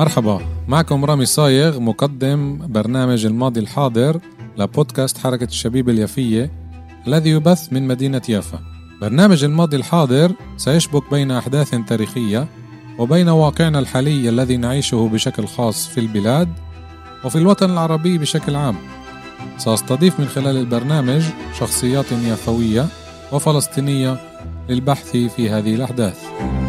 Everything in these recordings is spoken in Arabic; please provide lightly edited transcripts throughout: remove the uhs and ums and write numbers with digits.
مرحبا، معكم رامي صايغ مقدم برنامج الماضي الحاضر لبودكاست حركة الشبيب اليافية الذي يبث من مدينة يافا. برنامج الماضي الحاضر سيشبك بين أحداث تاريخية وبين واقعنا الحالي الذي نعيشه بشكل خاص في البلاد وفي الوطن العربي بشكل عام. سأستضيف من خلال البرنامج شخصيات يافوية وفلسطينية للبحث في هذه الأحداث.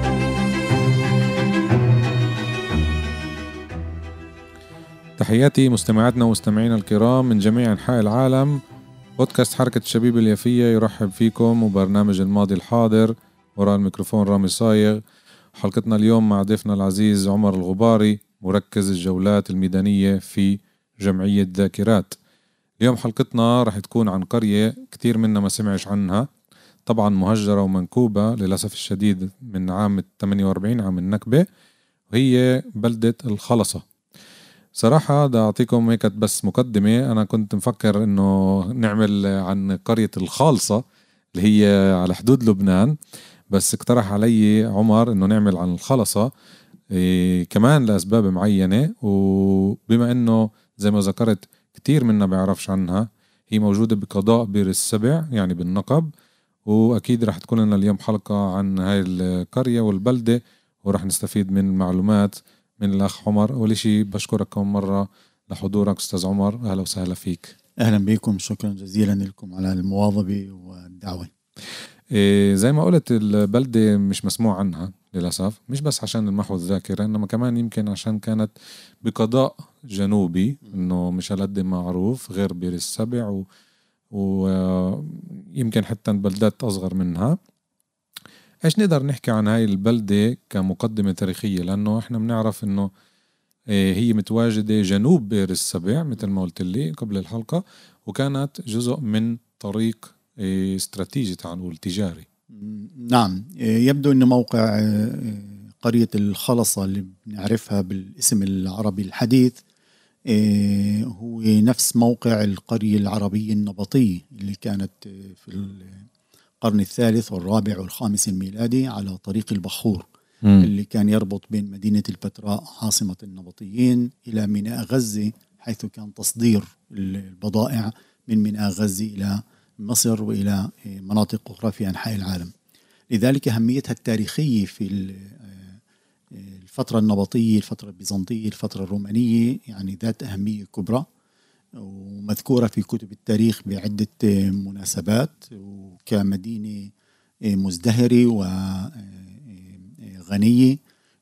تحياتي مستمعاتنا ومستمعينا الكرام من جميع أنحاء العالم. بودكاست حركة الشبيب اليافية يرحب فيكم وبرنامج الماضي الحاضر. وراء الميكروفون رامي صايغ. حلقتنا اليوم مع ضيفنا العزيز عمر الغباري، مركز الجولات الميدانية في جمعية ذاكرات. اليوم حلقتنا رح تكون عن قرية كتير منا ما سمعش عنها، طبعا مهجرة ومنكوبة للأسف الشديد من عام 48 عام النكبة، وهي بلدة الخلصة. صراحة دا أعطيكم هيك بس مقدمة. أنا كنت مفكر إنه نعمل عن قرية الخالصة اللي هي على حدود لبنان، بس اقترح علي عمر إنه نعمل عن الخلصة كمان لأسباب معينة. وبما إنه زي ما ذكرت كتير منا بيعرفش عنها، هي موجودة بقضاء بير السبع يعني بالنقب، وأكيد رح تكون لنا اليوم حلقة عن هاي القرية والبلدة ورح نستفيد من معلومات من الأخ عمر. أول شيء بشكرك كم مرة لحضورك أستاذ عمر، أهلا وسهلا فيك. أهلا بكم، شكرا جزيلا لكم على المواظبة والدعوة. زي ما قلت البلدة مش مسموع عنها للأسف، مش بس عشان المحو الذاكرة، إنما كمان يمكن عشان كانت بقضاء جنوبي، إنه مش هالقد معروف غير بير السبع ويمكن حتى البلدات أصغر منها. إيش نقدر نحكي عن هاي البلدة كمقدمة تاريخية؟ لأنه إحنا بنعرف إنه هي متواجدة جنوب بئر السبع مثل ما قلت لي قبل الحلقة، وكانت جزء من طريق استراتيجي تعال نقول تجاري. نعم، يبدو أن موقع قرية الخلصة اللي بنعرفها بالاسم العربي الحديث هو نفس موقع القرية العربية النبطية اللي كانت في القرن الثالث والرابع والخامس الميلادي على طريق البخور اللي كان يربط بين مدينة البتراء عاصمة النبطيين إلى ميناء غزة، حيث كان تصدير البضائع من ميناء غزة إلى مصر وإلى مناطق أخرى في أنحاء العالم. لذلك أهميتها التاريخية في الفترة النبطية، الفترة البيزنطية، الفترة الرومانية يعني ذات أهمية كبرى، ومذكورة في كتب التاريخ بعدة مناسبات، وكمدينة مزدهرة وغنية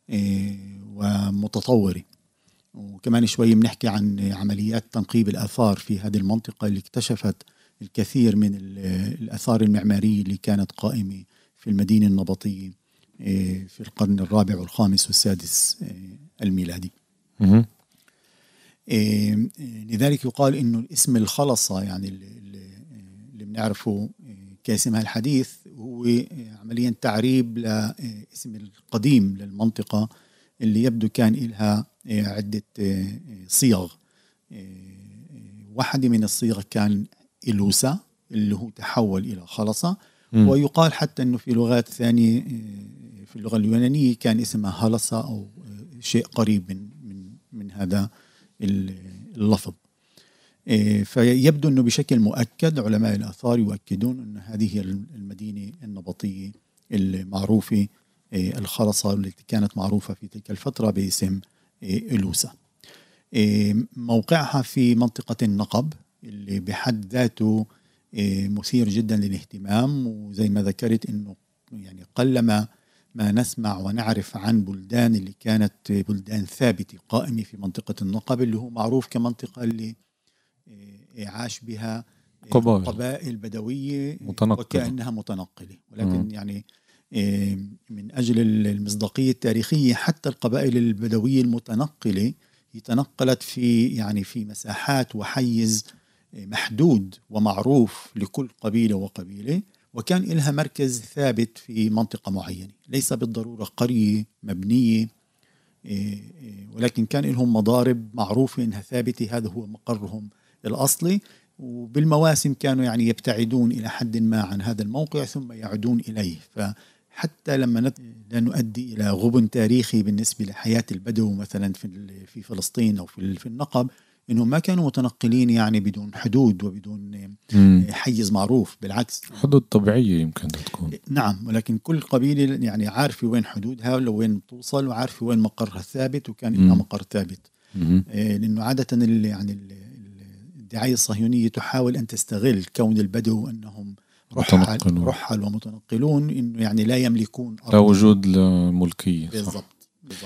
ومتطورة. وكمان شوي بنحكي عن عمليات تنقيب الآثار في هذه المنطقة اللي اكتشفت الكثير من الآثار المعمارية اللي كانت قائمة في المدينة النبطية في القرن الرابع والخامس والسادس الميلادي. لذلك يقال إنه الاسم الخلصة يعني اللي بنعرفه كاسمها الحديث هو عمليا تعريب لاسم القديم للمنطقة اللي يبدو كان لها عدة صيغ. واحدة من الصيغ كان إلوسا اللي هو تحول إلى خلصة، ويقال حتى أنه في لغات ثانية في اللغة اليونانية كان اسمها هلصة أو شيء قريب من هذا اللفظ. فيبدو أنه بشكل مؤكد علماء الآثار يؤكدون أن هذه هي المدينة النبطية المعروفة الخلصة التي كانت معروفة في تلك الفترة باسم إلوسا. موقعها في منطقة النقب اللي بحد ذاته مثير جدا للاهتمام، وزي ما ذكرت أنه يعني قلما ما نسمع ونعرف عن بلدان اللي كانت بلدان ثابتة قائمة في منطقة النقب، اللي هو معروف كمنطقة اللي عاش بها قبائل بدوية وكأنها متنقلة، ولكن يعني من أجل المصداقية التاريخية حتى القبائل البدوية المتنقلة تنقلت في مساحات وحيز محدود ومعروف لكل قبيلة وقبيلة، وكان لها مركز ثابت في منطقة معينة، ليس بالضرورة قرية مبنية، ولكن كان لهم مضارب معروفة إنها ثابتة، هذا هو مقرهم الأصلي. وبالمواسم كانوا يعني يبتعدون إلى حد ما عن هذا الموقع ثم يعودون إليه، حتى لما لا نؤدي إلى غبن تاريخي بالنسبة لحياة البدو مثلا في فلسطين أو في النقب، إنه ما كانوا متنقلين يعني بدون حدود وبدون حيز معروف، بالعكس حدود طبيعية يمكن تكون. نعم، ولكن كل قبيلة يعني عارفة وين حدودها وين توصل وعارفة وين مقرها الثابت، وكان لها مقر ثابت. لأنه عادة يعني الدعاية الصهيونية تحاول أن تستغل كون البدو أنهم رحل ومتنقلون، إنه يعني لا يملكون لا وجود ملكية. بالضبط.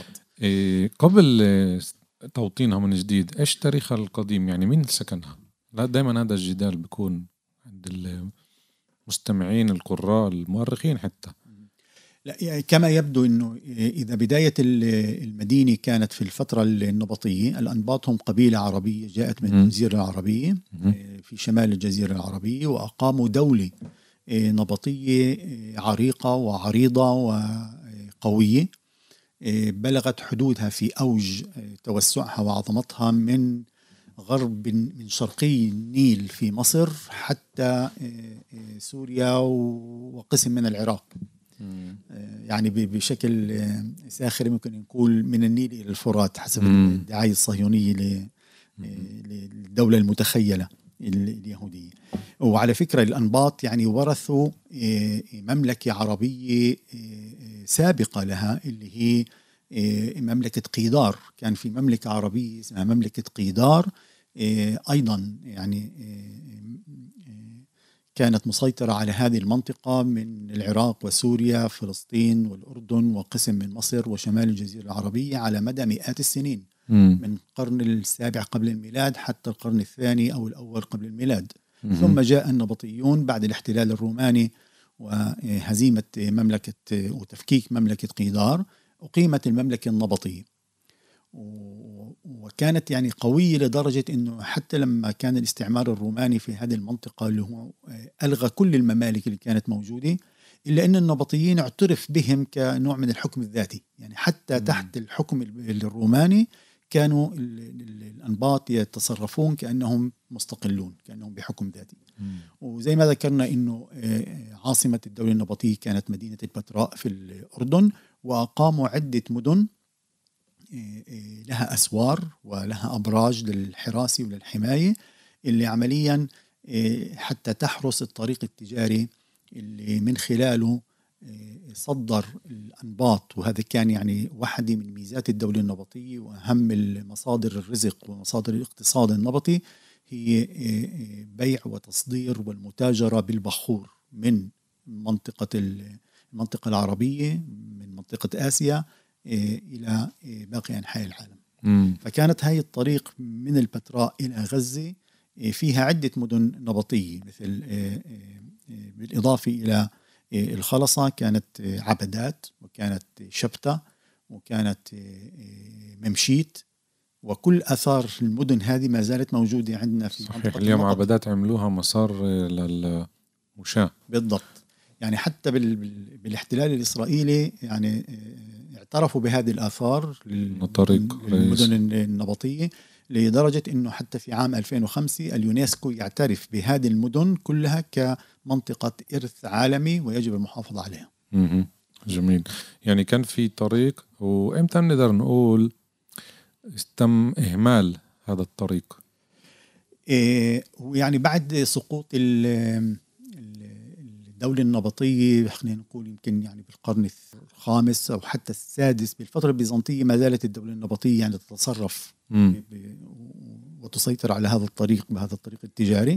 قبل توطينها من جديد، إيش تاريخها القديم؟ يعني مين سكنها؟ لا دايما هذا الجدال بيكون عند المستمعين القراء المؤرخين حتى. لا يعني كما يبدو أنه إذا بداية المدينة كانت في الفترة النبطية، الأنباط هم قبيلة عربية جاءت من الجزيرة العربية في شمال الجزيرة العربية، وأقاموا دولة نبطية عريقة وعريضة وقوية، بلغت حدودها في أوج توسعها وعظمتها من غرب من شرقي النيل في مصر حتى سوريا وقسم من العراق. يعني بشكل ساخر ممكن نقول من النيل إلى الفرات حسب الدعاية الصهيونية للدولة المتخيلة اليهودية. وعلى فكرة الأنباط يعني ورثوا مملكة عربية سابقة لها اللي هي مملكة قيدار. كان في مملكة عربية اسمها مملكة قيدار أيضا، يعني كانت مسيطرة على هذه المنطقة من العراق وسوريا فلسطين والأردن وقسم من مصر وشمال الجزيرة العربية على مدى مئات السنين، من القرن السابع قبل الميلاد حتى القرن الثاني أو الأول قبل الميلاد. ثم جاء النبطيون بعد الاحتلال الروماني وهزيمة مملكة وتفكيك مملكة قيدار، أقيمت المملكة النبطية، وكانت يعني قوية لدرجة أنه حتى لما كان الاستعمار الروماني في هذه المنطقة اللي هو ألغى كل الممالك اللي كانت موجودة، إلا أن النبطيين اعترف بهم كنوع من الحكم الذاتي. يعني حتى تحت الحكم الروماني كانوا الأنباط يتصرفون كأنهم مستقلون، كأنهم بحكم ذاتي. وزي ما ذكرنا أنه عاصمة الدولة النبطية كانت مدينة البتراء في الأردن، وأقاموا عدة مدن لها أسوار ولها أبراج للحراسة وللحماية، اللي عمليا حتى تحرس الطريق التجاري اللي من خلاله صدر الأنباط. وهذا كان يعني واحدة من ميزات الدولة النبطية، وأهم مصادر الرزق ومصادر الاقتصاد النبطي هي بيع وتصدير والمتاجرة بالبخور من المنطقة العربية، من منطقة آسيا إلى باقي أنحاء العالم. فكانت هاي الطريق من البتراء إلى غزة فيها عدة مدن نبطية، مثل بالإضافة إلى الخلصة كانت عبدات، وكانت شبتة، وكانت ممشيت، وكل أثار المدن هذه ما زالت موجودة عندنا في صحيح. اليوم عبدات عملوها مسار للمشاة. بالضبط. يعني حتى بالاحتلال الإسرائيلي يعني اعترفوا بهذه الآثار للمدن النبطية، لدرجة أنه حتى في عام 2005 اليونسكو يعترف بهذه المدن كلها كمنطقة إرث عالمي ويجب المحافظة عليها. جميل. يعني كان في طريق، وإمتى نقدر نقول تم إهمال هذا الطريق؟ ويعني بعد سقوط الدولة النبطية، خلينا نقول يمكن يعني بالقرن الخامس أو حتى السادس، بالفترة البيزنطية ما زالت الدولة النبطية يعني تتصرف وتسيطر على هذا الطريق، بهذا الطريق التجاري.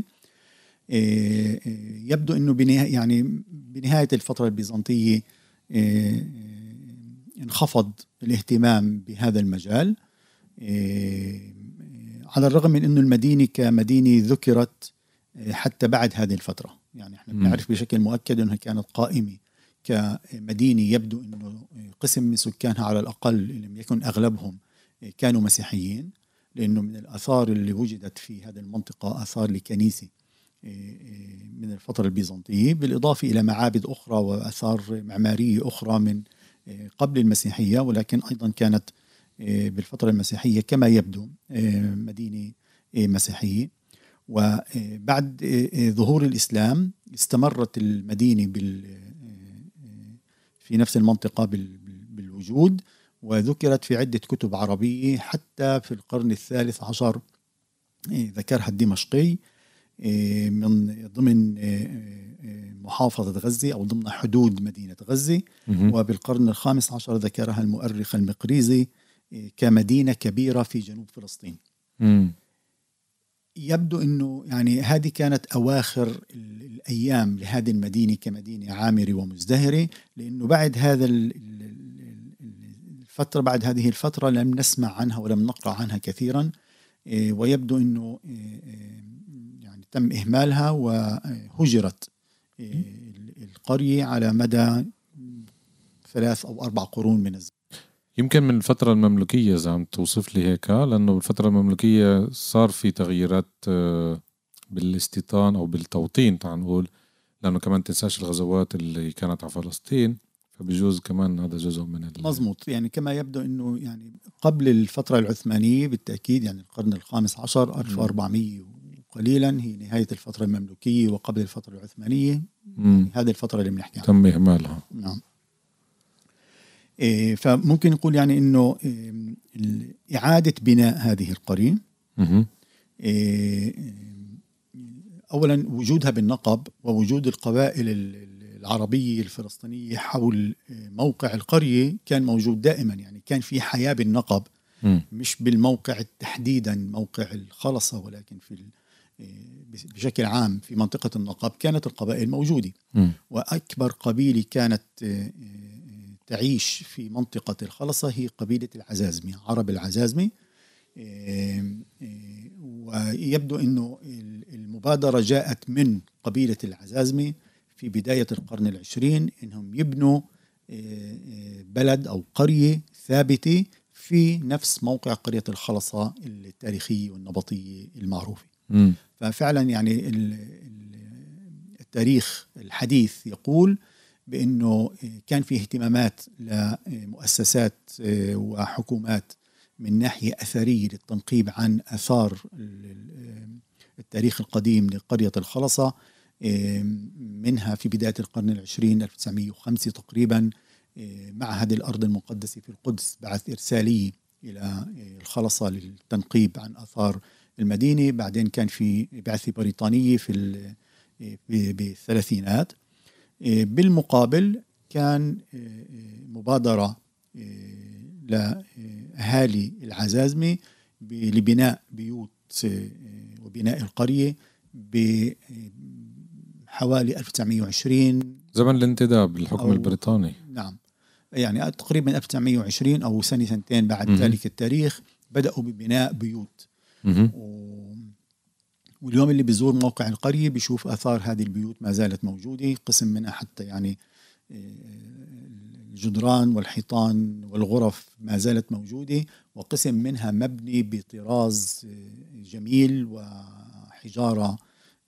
يبدو أنه بنهاية الفترة البيزنطية انخفض الاهتمام بهذا المجال، على الرغم من أنه المدينة كمدينة ذكرت حتى بعد هذه الفترة. يعني احنا بنعرف بشكل مؤكد أنها كانت قائمة كمدينة، يبدو أنه قسم من سكانها على الأقل إن لم يكن أغلبهم كانوا مسيحيين، لأنه من الآثار اللي وجدت في هذه المنطقة آثار لكنيسة من الفترة البيزنطية، بالإضافة إلى معابد أخرى وآثار معمارية أخرى من قبل المسيحية، ولكن أيضا كانت بالفترة المسيحية كما يبدو مدينة مسيحية. وبعد ظهور الإسلام استمرت المدينة في نفس المنطقة بالوجود، وذكرت في عدة كتب عربية حتى في القرن الثالث عشر. ذكرها الدمشقي من ضمن محافظة غزة أو ضمن حدود مدينة غزة. وبالقرن الخامس عشر ذكرها المؤرخ المقريزي كمدينة كبيرة في جنوب فلسطين. يبدو أنه يعني هذه كانت أواخر الأيام لهذه المدينة كمدينة عامرة ومزدهرة، لأنه بعد هذا الفترة، بعد هذه الفترة لم نسمع عنها ولم نقرأ عنها كثيرا. ويبدو أنه يعني تم إهمالها وهجرت القرية على مدى 3 أو 4 قرون من الزمن. يمكن من الفترة المملوكية إذا عم توصف لي هيك، لأنه بالفترة المملوكية صار في تغييرات بالاستيطان أو بالتوطين تعال نقول، لأنه كمان تنساش الغزوات اللي كانت على فلسطين، فبجوز كمان هذا جزء من مزموط. يعني كما يبدو أنه يعني قبل الفترة العثمانية بالتأكيد، يعني القرن الخامس عشر 1400 وقليلا هي نهاية الفترة المملوكية وقبل الفترة العثمانية. يعني هذه الفترة اللي بنحكي عنها تم إهمالها. نعم. فممكن نقول يعني أنه إعادة بناء هذه القرية، أولا وجودها بالنقب ووجود القبائل العربية الفلسطينية حول موقع القرية كان موجود دائما. يعني كان في حياة بالنقب، مش بالموقع تحديدا موقع الخلصة، ولكن في بشكل عام في منطقة النقب كانت القبائل موجودة. وأكبر قبيلة كانت تعيش في منطقة الخلصة هي قبيلة العزازمة، عرب العزازمة. ويبدو أنه المبادرة جاءت من قبيلة العزازمة في بداية القرن العشرين، إنهم يبنوا بلد أو قرية ثابتة في نفس موقع قرية الخلصة التاريخية والنبطية المعروفة. ففعلا يعني التاريخ الحديث يقول بأنه كان في اهتمامات لمؤسسات وحكومات من ناحية أثرية للتنقيب عن أثار التاريخ القديم لقرية الخلصة، منها في بداية القرن العشرين 1905 تقريبا معهد الأرض المقدسة في القدس بعث إرسالية إلى الخلصة للتنقيب عن آثار المدينة. بعدين كان في بعثة بريطانية في بالثلاثينات. بالمقابل كان مبادرة لأهالي العزازمة لبناء بيوت وبناء القرية بحوالي 1920 زمن الانتداب بالحكم البريطاني. نعم، يعني تقريبا 1920 أو سنتين بعد ذلك التاريخ بدأوا ببناء بيوت. واليوم اللي بيزور موقع القرية بيشوف آثار هذه البيوت ما زالت موجودة، قسم منها حتى يعني الجدران والحيطان والغرف ما زالت موجودة، وقسم منها مبني بطراز جميل وحجارة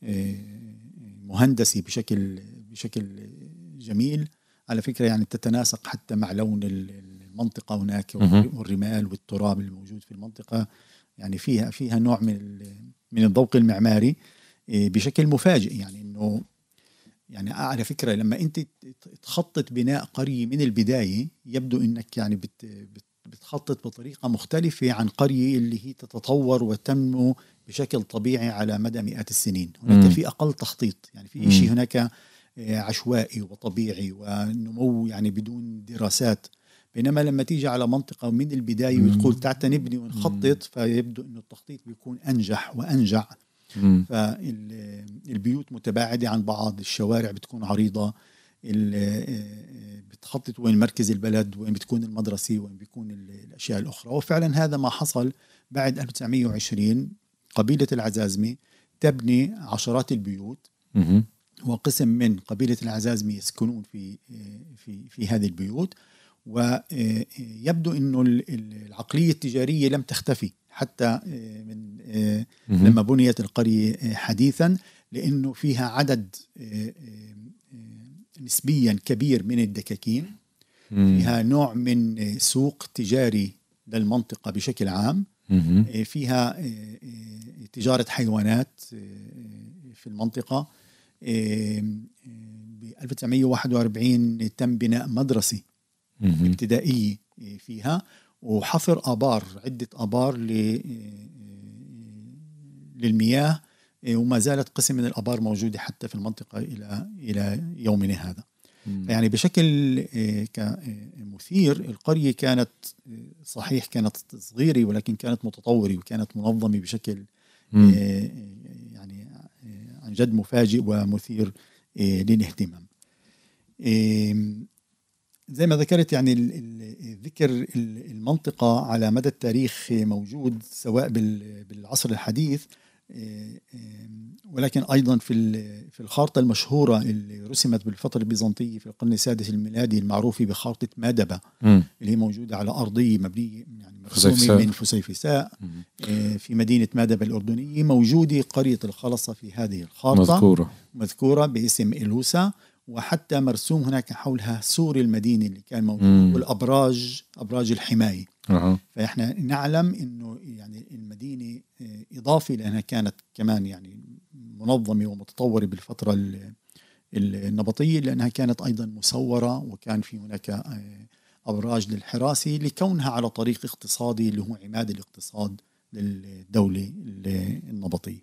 مهندسة بشكل جميل على فكرة، يعني تتناسق حتى مع لون المنطقة هناك والرمال والتراب الموجود في المنطقة. يعني فيها نوع من الذوق المعماري بشكل مفاجئ. يعني انه يعني على فكرة لما انت تخطط بناء قرية من البداية يبدو انك يعني بتخطط بطريقة مختلفة عن قرية اللي هي تتطور وتنمو بشكل طبيعي على مدى مئات السنين. هناك في أقل تخطيط، يعني في شيء هناك عشوائي وطبيعي ونمو يعني بدون دراسات. بينما لما تيجي على منطقة من البداية وتقول تعال نبني ونخطط، فيبدو أنه التخطيط بيكون أنجح وأنجع. فالبيوت متباعدة عن بعض، الشوارع بتكون عريضة، بتخطط وين مركز البلد، وين بتكون المدرسة، وين بيكون الأشياء الأخرى. وفعلا هذا ما حصل بعد 1920. قبيلة العزازمة تبني عشرات البيوت، وقسم من قبيلة العزازمة يسكنون في هذه البيوت. ويبدو أنه العقلية التجارية لم تختفي حتى من لما بنيت القرية حديثا، لأنه فيها عدد نسبيا كبير من الدكاكين، فيها نوع من سوق تجاري للمنطقة بشكل عام، فيها تجارة حيوانات في المنطقة، ب 1941 تم بناء مدرسة ابتدائية فيها، وحفر آبار، عدة آبار للمياه، وما زالت قسم من الآبار موجودة حتى في المنطقة إلى يومنا هذا. يعني بشكل مثير، القرية كانت صحيح كانت صغيرة، ولكن كانت متطورة وكانت منظمة بشكل يعني عن جد مفاجئ ومثير للاهتمام. زي ما ذكرت، يعني ذكر المنطقة على مدى التاريخ موجود سواء بالعصر الحديث، ولكن أيضا في الخارطة المشهورة اللي رسمت بالفترة البيزنطية في القرن السادس الميلادي المعروفة بخارطة مادبة، اللي هي موجودة على أرضية مبنية يعني مرسومة من فسيفساء في مدينة مادبة الأردنية. موجودة قرية الخلصة في هذه الخارطة، مذكورة باسم إلوسا، وحتى مرسوم هناك حولها سور المدينة اللي كان موجود والأبراج، أبراج الحماية. فإحنا نعلم إنه يعني المدينة إضافة لأنها كانت كمان يعني منظمة ومتطورة بالفترة النبطية، لأنها كانت أيضا مسورة، وكان في هناك أبراج للحراسة لكونها على طريق اقتصادي اللي هو عماد الاقتصاد للدولة النبطية.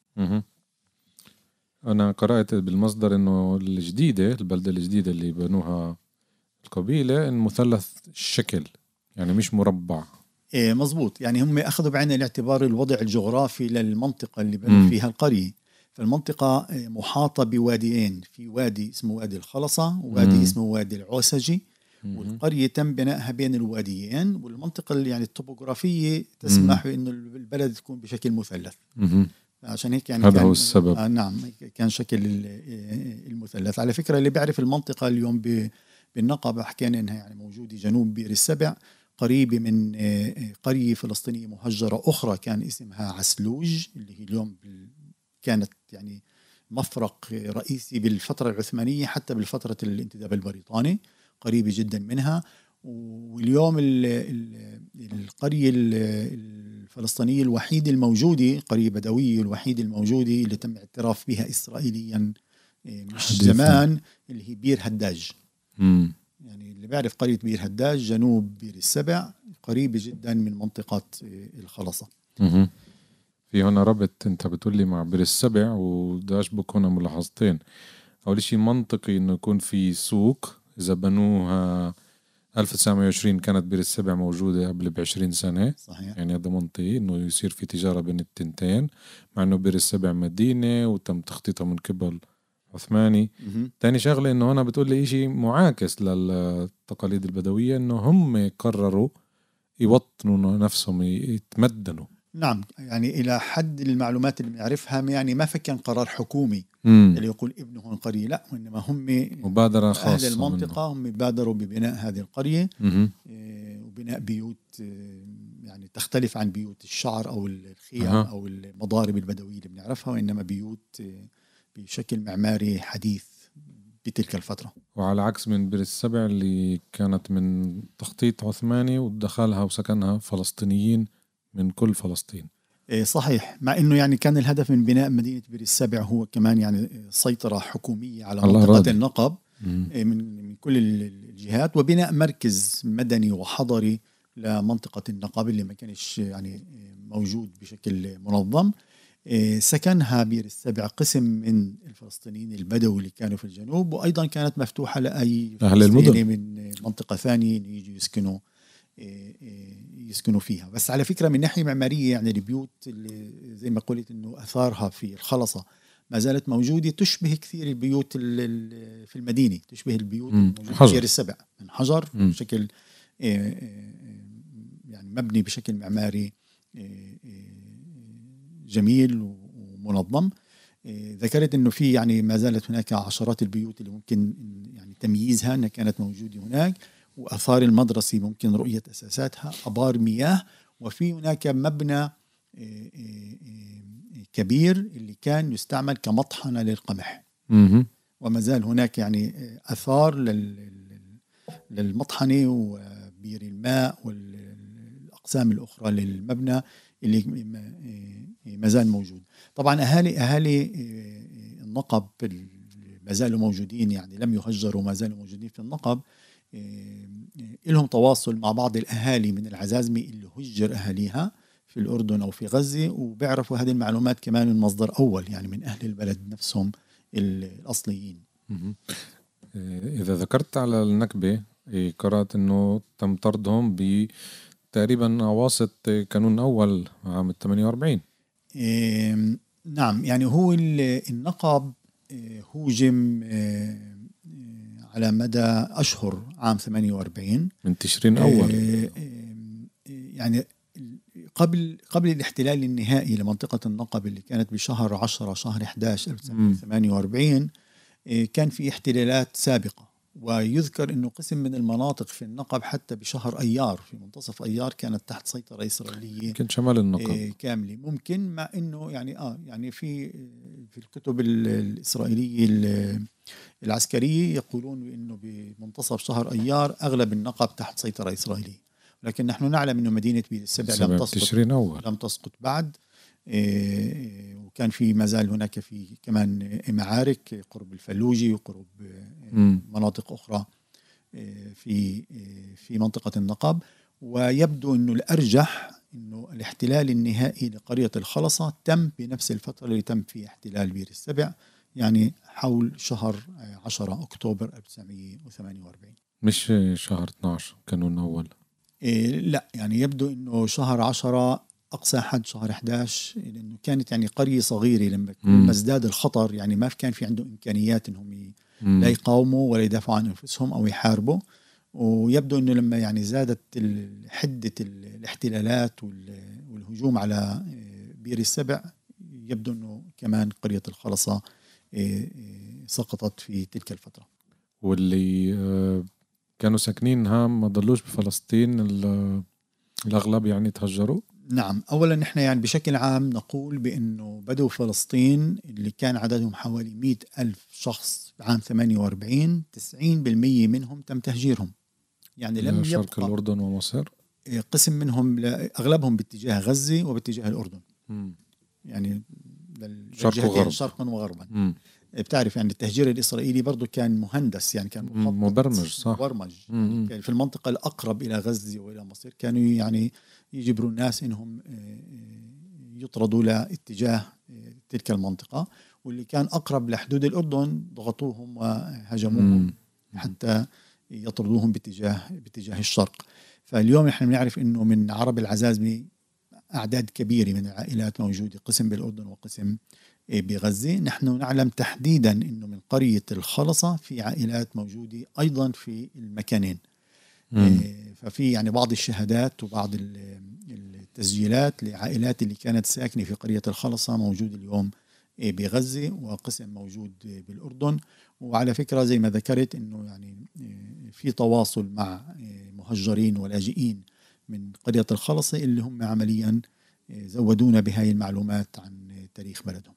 أنا قرأت بالمصدر إنه البلدة الجديدة اللي بنوها القبيلة مثلث الشكل، يعني مش مربع. مزبوط، يعني هم أخذوا بعين الاعتبار الوضع الجغرافي للمنطقة اللي بنوا فيها القرية. فالمنطقة محاطة بواديين، في وادي اسمه وادي الخلصة ووادي اسمه وادي العوسجي، والقرية تم بنائها بين الواديين، والمنطقة يعني الطبوغرافية تسمح بأنه البلد تكون بشكل مثلث. عشان هيك يعني هذا هو السبب. نعم، كان شكل المثلث. على فكرة اللي بيعرف المنطقة اليوم بالنقب، حكينا إنها يعني موجودة جنوب بئر السبع، قريبة من قرية فلسطينية مهجرة أخرى كان اسمها عسلوج، اللي هي اليوم كانت يعني مفرق رئيسي بالفترة العثمانية حتى بالفترة الانتداب البريطاني، قريبة جدا منها. واليوم القرية الفلسطينية الوحيدة الموجودة، قرية بدوية الوحيدة الموجودة اللي تم اعتراف بها إسرائيليا مش زمان، اللي هي بير هداج. يعني اللي بيعرف قرية بير هداج جنوب بير السبع، قريبة جدا من منطقة الخلصة. في هنا ربط انت بتقول لي مع بير السبع، وده أشبك هنا ملاحظتين. أول شيء منطقي إنه يكون في سوق، إذا بنوها 1920 كانت بير السبع موجودة قبل ب20 سنة. صحيح. يعني هذا منطقي إنه يصير في تجارة بين التنتين، مع إنه بير السبع مدينة وتم تخطيطها من قبل عثماني. تاني شغلة إنه هنا بتقول لي إشي معاكس للتقاليد البدوية، إنه هم قرروا يوطنوا نفسهم، يتمدنوا. نعم، يعني إلى حد المعلومات اللي بنعرفها، يعني ما فكان قرار حكومي اللي يقول ابنهم قرية، لا، وإنما هم مبادرة خاصة أهل المنطقة هم بادروا ببناء هذه القرية وبناء بيوت يعني تختلف عن بيوت الشعر أو الخيام أو المضارب البدوية اللي بنعرفها، وإنما بيوت بشكل معماري حديث بتلك الفترة. وعلى عكس من بير السبع اللي كانت من تخطيط عثماني ودخلها وسكنها فلسطينيين من كل فلسطين. صحيح، مع انه يعني كان الهدف من بناء مدينة بير السبع هو كمان يعني سيطرة حكومية على منطقة النقب من كل الجهات، وبناء مركز مدني وحضري لمنطقة النقب اللي ما كانش يعني موجود بشكل منظم. سكنها بير السبع قسم من الفلسطينيين البدوي اللي كانوا في الجنوب، وأيضا كانت مفتوحة لأي فلسطيني من منطقة ثانية يجوا يسكنوا فيها. بس على فكرة من ناحية معمارية، يعني البيوت اللي زي ما قلت إنه أثارها في الخلصة ما زالت موجودة، تشبه كثير البيوت في المدينة، تشبه البيوت الموجودة في بير السبع من حجر بشكل يعني مبني بشكل معماري جميل ومنظم. ذكرت إنه في يعني ما زالت هناك عشرات البيوت اللي ممكن يعني تمييزها أنها كانت موجودة هناك، وأثار المدرسة ممكن رؤية أساساتها، أبار مياه، وفي هناك مبنى كبير اللي كان يستعمل كمطحنة للقمح، وما زال هناك يعني أثار للمطحنة وبير الماء والأقسام الأقسام الأخرى للمبنى اللي ما زال موجود. طبعا أهالي النقب ما زالوا موجودين، يعني لم يهجروا، ما زالوا موجودين في النقب. لهم تواصل مع بعض الأهالي من العزازمة اللي هجر أهاليها في الأردن أو في غزة، وبيعرفوا هذه المعلومات كمان من مصدر أول، يعني من أهل البلد نفسهم الأصليين. إذا ذكرت على النكبة، قرأت أنه تم طردهم بتقريبا أواسط كانون أول عام 48. نعم، يعني هو النقب هوجم على مدى أشهر عام 48 من تشرين أول. يعني قبل الاحتلال النهائي لمنطقة النقب اللي كانت بشهر 10 شهر 11 1948 كان في احتلالات سابقة. ويذكر أنه قسم من المناطق في النقب حتى بشهر أيار، في منتصف أيار، كانت تحت سيطرة إسرائيلية، كان شمال النقب كاملة ممكن. مع أنه يعني في الكتب الإسرائيلية العسكرية يقولون بأنه بمنتصف شهر أيار أغلب النقب تحت سيطرة إسرائيلية، لكن نحن نعلم أنه مدينة بير السبع لم تسقط بعد. وكان في مازال هناك في كمان معارك قرب الفلوجي وقرب مناطق أخرى في منطقة النقب. ويبدو أنه الأرجح أنه الاحتلال النهائي لقرية الخلصة تم بنفس الفترة اللي تم في احتلال بير السبع، يعني حول شهر 10 أكتوبر 1948، مش شهر 12 كانون أول. لا، يعني يبدو أنه شهر 10 أقصى حد شهر 11، لأنه كانت يعني قرية صغيرة. لما كل ما ازداد الخطر يعني ما كان في عندهم إمكانيات أنهم لا يقاوموا ولا يدافعوا عن أنفسهم أو يحاربوا. ويبدو أنه لما يعني زادت حدة الاحتلالات والهجوم على بير السبع، يبدو أنه كمان قرية الخلصة سقطت في تلك الفترة. واللي كانوا ساكنينها ما ضلوش بفلسطين الأغلب يعني تهجروا. نعم، أولا نحن يعني بشكل عام نقول بأنه بدو فلسطين اللي كان عددهم حوالي 100,000 شخص عام 48 90% منهم تم تهجيرهم، يعني لم شرق يبقى الأردن ومصر. قسم منهم أغلبهم باتجاه غزة وباتجاه الأردن. يعني شرقا وغربا. بتعرف يعني التهجير الإسرائيلي برضو كان مهندس، يعني كان مبرمج، صح؟ مبرمج. يعني في المنطقة الأقرب إلى غزة وإلى مصر كانوا يعني يجبروا الناس إنهم يطردوا لاتجاه تلك المنطقة، واللي كان أقرب لحدود الأردن ضغطوهم وهجموهم حتى يطردوهم باتجاه الشرق. فاليوم نحن بنعرف إنه من عرب العزازمة أعداد كبيرة من العائلات موجودة، قسم بالأردن وقسم بغزة. نحن نعلم تحديدا أنه من قرية الخلصة في عائلات موجودة أيضا في المكانين. ففي يعني بعض الشهادات وبعض التسجيلات لعائلات اللي كانت ساكنة في قرية الخلصة موجود اليوم بغزة، وقسم موجود بالأردن. وعلى فكرة زي ما ذكرت أنه يعني في تواصل مع مهجرين ولاجئين من قرية الخلصة اللي هم عمليا زودونا بهاي المعلومات عن تاريخ بلدهم.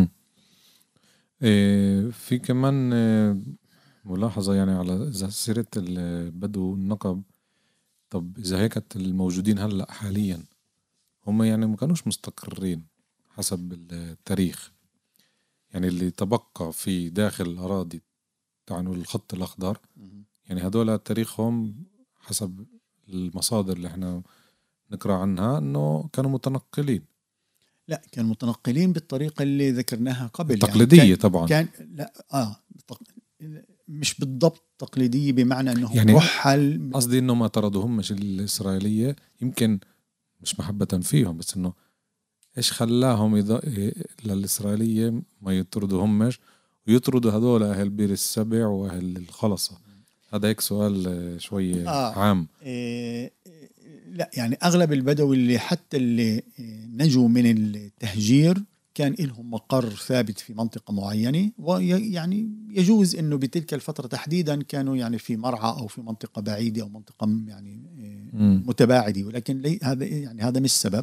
في كمان ملاحظة يعني على سيرة البدو النقب. طب إذا هيك الموجودين هلأ حاليا هم يعني ما كانوش مستقرين حسب التاريخ، يعني اللي تبقى في داخل الأراضي تعنوا الخط الأخضر، يعني هدول تاريخهم حسب المصادر اللي احنا نقرأ عنها أنه كانوا متنقلين. لا، كانوا متنقلين بالطريقة اللي ذكرناها قبل، التقليدية يعني طبعا. لا مش بالضبط تقليدية بمعنى أنهم يعني رحل. قصدي أنه ما طردهم مش الإسرائيلية، يمكن مش محبة فيهم، بس أنه إيش خلاهم للإسرائيلية ما يطردوهمش ويطردوا هذول أهل بير السبع وأهل الخلصة. هذا هيك سؤال شوي عام. لا، يعني أغلب البدو اللي حتى اللي نجوا من التهجير كان لهم مقر ثابت في منطقة معينة، ويعني يجوز أنه بتلك الفترة تحديدا كانوا يعني في مرعى أو في منطقة بعيدة أو منطقة يعني متباعدة، ولكن هذا مش سبب.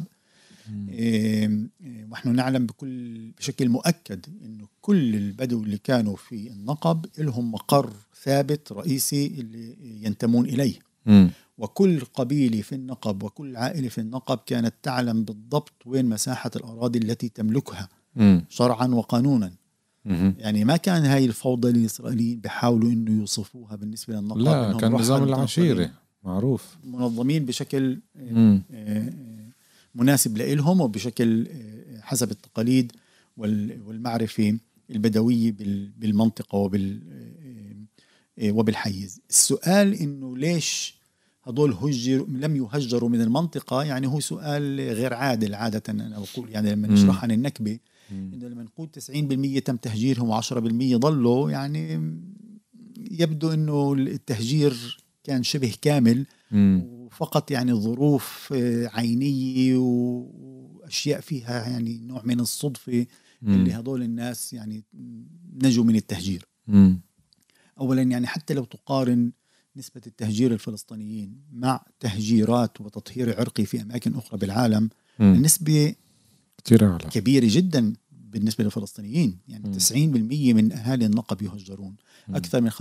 ونحن نعلم بشكل مؤكد أنه كل البدو اللي كانوا في النقب لهم مقر ثابت رئيسي اللي ينتمون إليه. وكل قبيلة في النقب وكل عائلة في النقب كانت تعلم بالضبط وين مساحة الأراضي التي تملكها شرعا وقانونا. يعني ما كان هاي الفوضى الإسرائيليين بيحاولوا إنه يوصفوها بالنسبة للنقب، لا كان نظام العشيرة معروف، منظمين بشكل مناسب لإلهم وبشكل حسب التقاليد والمعرفة البدوية بالمنطقة وبالحيز. السؤال إنه ليش هدول لم يهجروا من المنطقة، يعني هو سؤال غير عادل. عادة أنا بقول يعني لما نشرح عن النكبة إنه لما نقول 90% تم تهجيرهم و10% ضلوا، يعني يبدو إنه التهجير كان شبه كامل وفقط يعني ظروف عينية وأشياء فيها يعني نوع من الصدفة اللي هدول الناس يعني نجوا من التهجير. أولا يعني حتى لو تقارن نسبة التهجير الفلسطينيين مع تهجيرات وتطهير عرقي في أماكن أخرى بالعالم، النسبة كبيرة جدا بالنسبة للفلسطينيين. يعني 90% من أهالي النقب يهجرون، أكثر من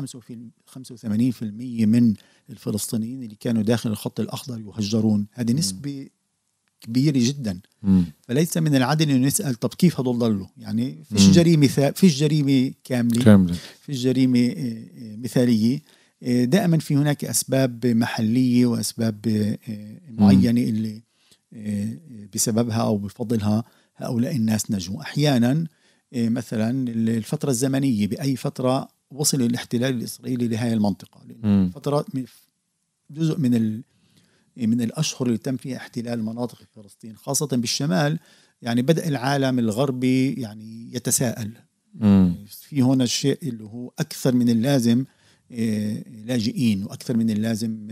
85% من الفلسطينيين اللي كانوا داخل الخط الأخضر يهجرون. هذه نسبة كبيرة جدا. فليس من العدل أن نسأل طب كيف هدول ضلوا؟ يعني فيش جريمة كاملة، فيش جريمة مثالية. دائما في هناك أسباب محلية وأسباب معينة اللي بسببها أو بفضلها هؤلاء الناس نجوا. أحيانا مثلا الفترة الزمنية، بأي فترة وصل الاحتلال الإسرائيلي لهذه المنطقة، لأن فترة جزء من الأشهر اللي تم فيها احتلال مناطق في فلسطين خاصة بالشمال، يعني بدأ العالم الغربي يعني يتساءل في هنا الشيء اللي هو أكثر من اللازم لاجئين، وأكثر من اللازم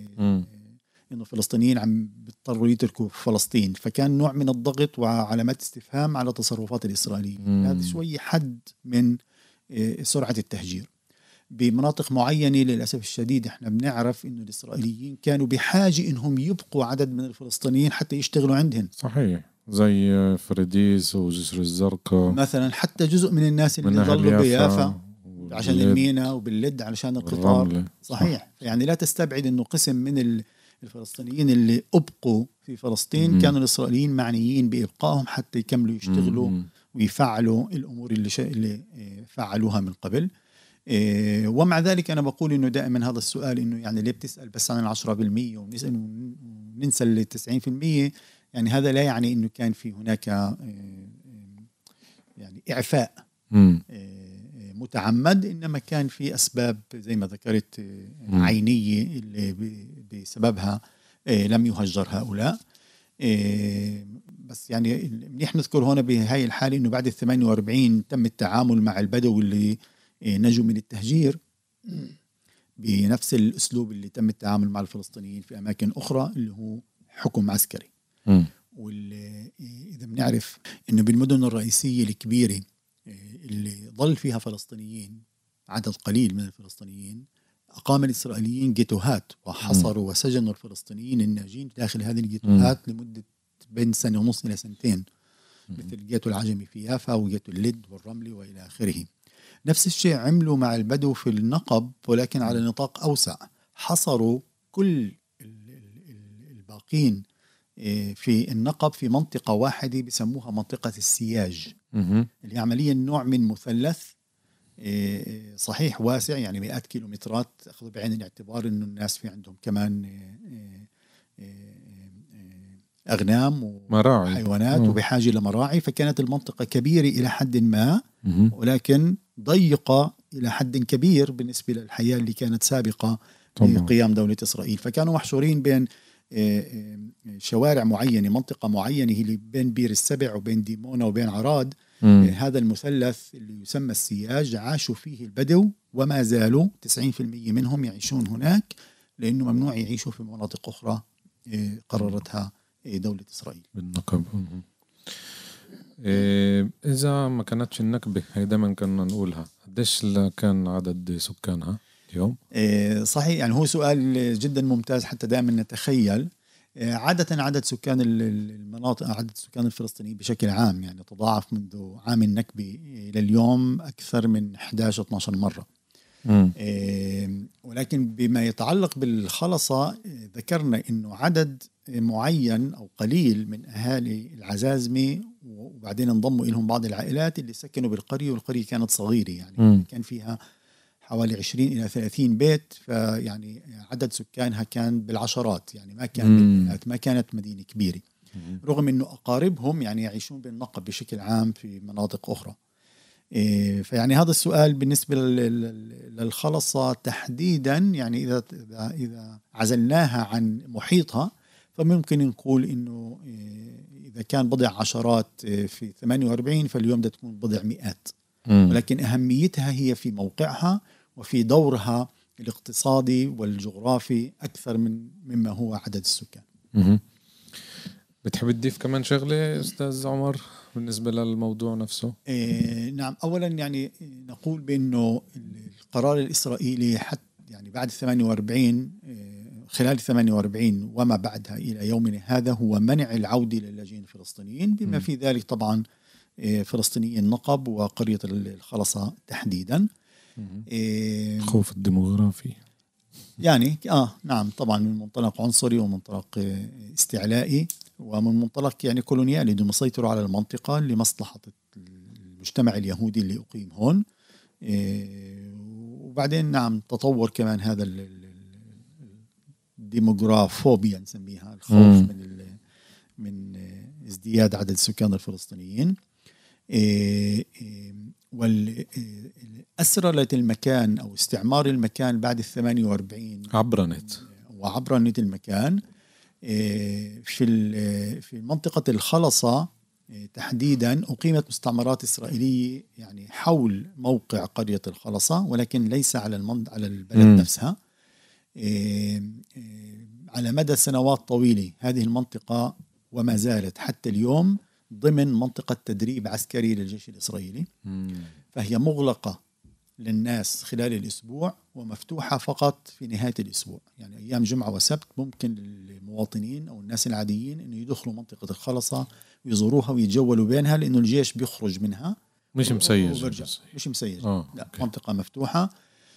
إنه الفلسطينيين عم بيضطروا يتركوا فلسطين. فكان نوع من الضغط وعلامات استفهام على تصرفات الإسرائيليين. هذا شوي حد من سرعة التهجير. بمناطق معينة للأسف الشديد احنا بنعرف إنه الإسرائيليين كانوا بحاجة إنهم يبقوا عدد من الفلسطينيين حتى يشتغلوا عندهم. صحيح، زي فريديس وجسر الزرقاء مثلا. حتى جزء من الناس اللي ظلوا بيافا عشان المينا وباللد علشان القطار. صحيح. يعني لا تستبعد إنه قسم من الفلسطينيين اللي أبقوا في فلسطين كانوا الإسرائيليين معنيين بإبقائهم حتى يكملوا يشتغلوا ويفعلوا الأمور اللي فعلوها من قبل. ومع ذلك أنا بقول إنه دائما هذا السؤال إنه يعني ليه بتسأل بس عن 10% وننسى 90%؟ يعني هذا لا يعني إنه كان في هناك يعني إعفاء متعمد، إنما كان في أسباب زي ما ذكرت عينية اللي بسببها لم يهجر هؤلاء. بس يعني منيح نذكر هنا بهاي الحالة إنه بعد 48 تم التعامل مع البدو اللي نجوا من التهجير بنفس الأسلوب اللي تم التعامل مع الفلسطينيين في أماكن أخرى، اللي هو حكم عسكري. إذا بنعرف إنه بالمدن الرئيسية الكبيرة اللي ظل فيها فلسطينيين، عدد قليل من الفلسطينيين، أقام الإسرائيليين جيتوهات وحصروا وسجنوا الفلسطينيين الناجين داخل هذه الجيتوهات لمدة بين سنة ونص إلى سنتين، مثل جيتو العجمي في يافا وجيتو اللد والرملي وإلى آخره. نفس الشيء عملوا مع البدو في النقب، ولكن على نطاق أوسع. حصروا كل الباقين في النقب في منطقة واحدة بسموها منطقة السياج، اللي عمليا نوع من مثلث صحيح واسع، يعني مئات كيلومترات. أخذوا بعين الاعتبار أنه الناس في عندهم كمان أغنام وحيوانات وبحاجة لمراعي، فكانت المنطقة كبيرة إلى حد ما، ولكن ضيقة إلى حد كبير بالنسبة للحياة اللي كانت سابقة لقيام دولة إسرائيل. فكانوا محشورين بين شوارع معينة، منطقة معينة هي اللي بين بير السبع وبين ديمونة وبين عراد. هذا المثلث اللي يسمى السياج عاشوا فيه البدو، وما زالوا 90% منهم يعيشون هناك، لأنه ممنوع يعيشوا في مناطق أخرى قررتها دولة إسرائيل بالنقب. إذا ما كانتش النكبة هي دائما كنا نقولها، قديش كان عدد سكانها اليوم؟ صحيح، يعني هو سؤال جدا ممتاز. حتى دائما نتخيل عادة عدد سكان المناطق، عدد سكان الفلسطينيين بشكل عام يعني تضاعف منذ عام النكبة إلى اليوم أكثر من 11-12 مرة. ولكن بما يتعلق بالخلصة ذكرنا إنه عدد معين أو قليل من أهالي العزازمة وبعدين انضموا إلهم بعض العائلات اللي سكنوا بالقرية، والقرية كانت صغيرة يعني كان فيها حوالي 20 إلى 30 بيت، فيعني عدد سكانها كان بالعشرات، يعني ما كان بالمئات، ما كانت مدينة كبيرة، رغم إنه أقاربهم يعني يعيشون بالنقب بشكل عام في مناطق أخرى. فيعني هذا السؤال بالنسبة للخلصة تحديدا، يعني إذا عزلناها عن محيطها فممكن نقول إنه إذا كان بضع عشرات في 48 فاليوم ده تكون بضع مئات، ولكن أهميتها هي في موقعها وفي دورها الاقتصادي والجغرافي أكثر مما هو عدد السكان. بتحب تضيف كمان شغلة أستاذ عمر بالنسبة للموضوع نفسه؟ نعم، أولا يعني نقول بأنه القرار الإسرائيلي حتى يعني بعد 48 خلال 48 وما بعدها إلى يومنا هذا هو منع العودة للاجئين الفلسطينيين، بما في ذلك طبعا فلسطيني النقب وقرية الخلصة تحديدا. خوف الديموغرافي يعني نعم طبعا من منطلق عنصري ومنطلق استعلائي ومن منطلق يعني كولونيالي، بدهم يسيطروا على المنطقة لمصلحة المجتمع اليهودي اللي أقيم هون. وبعدين نعم تطور كمان هذا الديموغرافوبيا نسميها، الخوف من ازدياد عدد السكان الفلسطينيين. والأسرة المكان أو استعمار المكان بعد 48 عبرنت المكان في منطقة الخلصة تحديدا. أقيمت مستعمرات إسرائيلية يعني حول موقع قرية الخلصة، ولكن ليس على البلد نفسها. على مدى سنوات طويلة هذه المنطقة وما زالت حتى اليوم ضمن منطقة تدريب عسكري للجيش الإسرائيلي، فهي مغلقة للناس خلال الأسبوع ومفتوحة فقط في نهاية الأسبوع، يعني أيام جمعة وسبت ممكن للمواطنين أو الناس العاديين أنه يدخلوا منطقة الخلصة ويزوروها ويتجولوا بينها، لأنه الجيش بيخرج منها مش مسيج لا منطقة مفتوحة.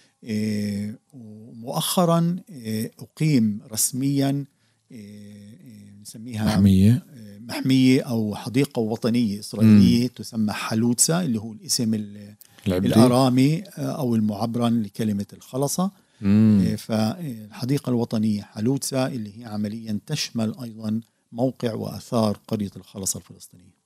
ومؤخرا أقيم رسميا نسميها محمية أو حديقة وطنية إسرائيلية تسمى حلوتسا، اللي هو الاسم الأرامي أو المعبرا لكلمة الخلصة. فالحديقة الوطنية حلوتسا اللي هي عمليا تشمل أيضا موقع وأثار قرية الخلصة الفلسطينية.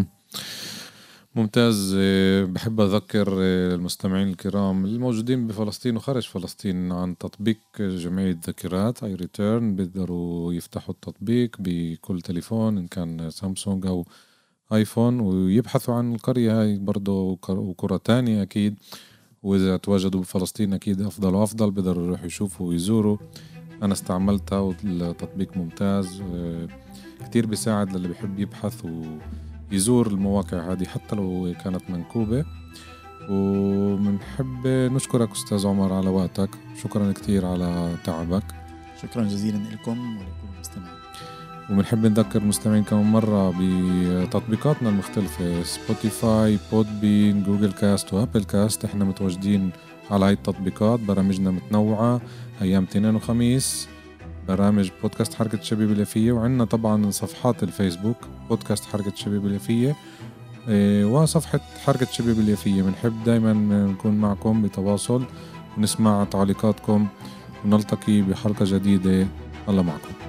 ممتاز. بحب أذكر المستمعين الكرام الموجودين بفلسطين وخارج فلسطين عن تطبيق جمعية ذاكرات اي ريتيرن. بيقدروا يفتحوا التطبيق بكل تليفون إن كان سامسونج أو آيفون ويبحثوا عن القرية هاي برضو وقرى تانية أكيد، وإذا تواجدوا بفلسطين أكيد أفضل وأفضل بيقدروا يروحوا يشوفوا ويزوروا. أنا استعملتها والتطبيق ممتاز كتير، بيساعد للي بيحب يبحث ويزور المواقع هذه حتى لو كانت منكوبة. ومنحب نشكرك أستاذ عمر على وقتك، شكرا كتير على تعبك. شكرا جزيلا لكم ولكل المستمعين. ومنحب نذكر المستمعين كمان مرة بتطبيقاتنا المختلفة، سبوتيفاي، بودبين، جوجل كاست وابل كاست. احنا متواجدين على هاي التطبيقات. برامجنا متنوعة، أيام اثنين وخميس برامج بودكاست حركة الشباب اليافية، وعندنا طبعا صفحات الفيسبوك بودكاست حركة الشباب اليافية وصفحة حركة الشباب اليافية. بنحب دايما نكون معكم بتواصل ونسمع تعليقاتكم، ونلتقي بحلقة جديدة. الله معكم.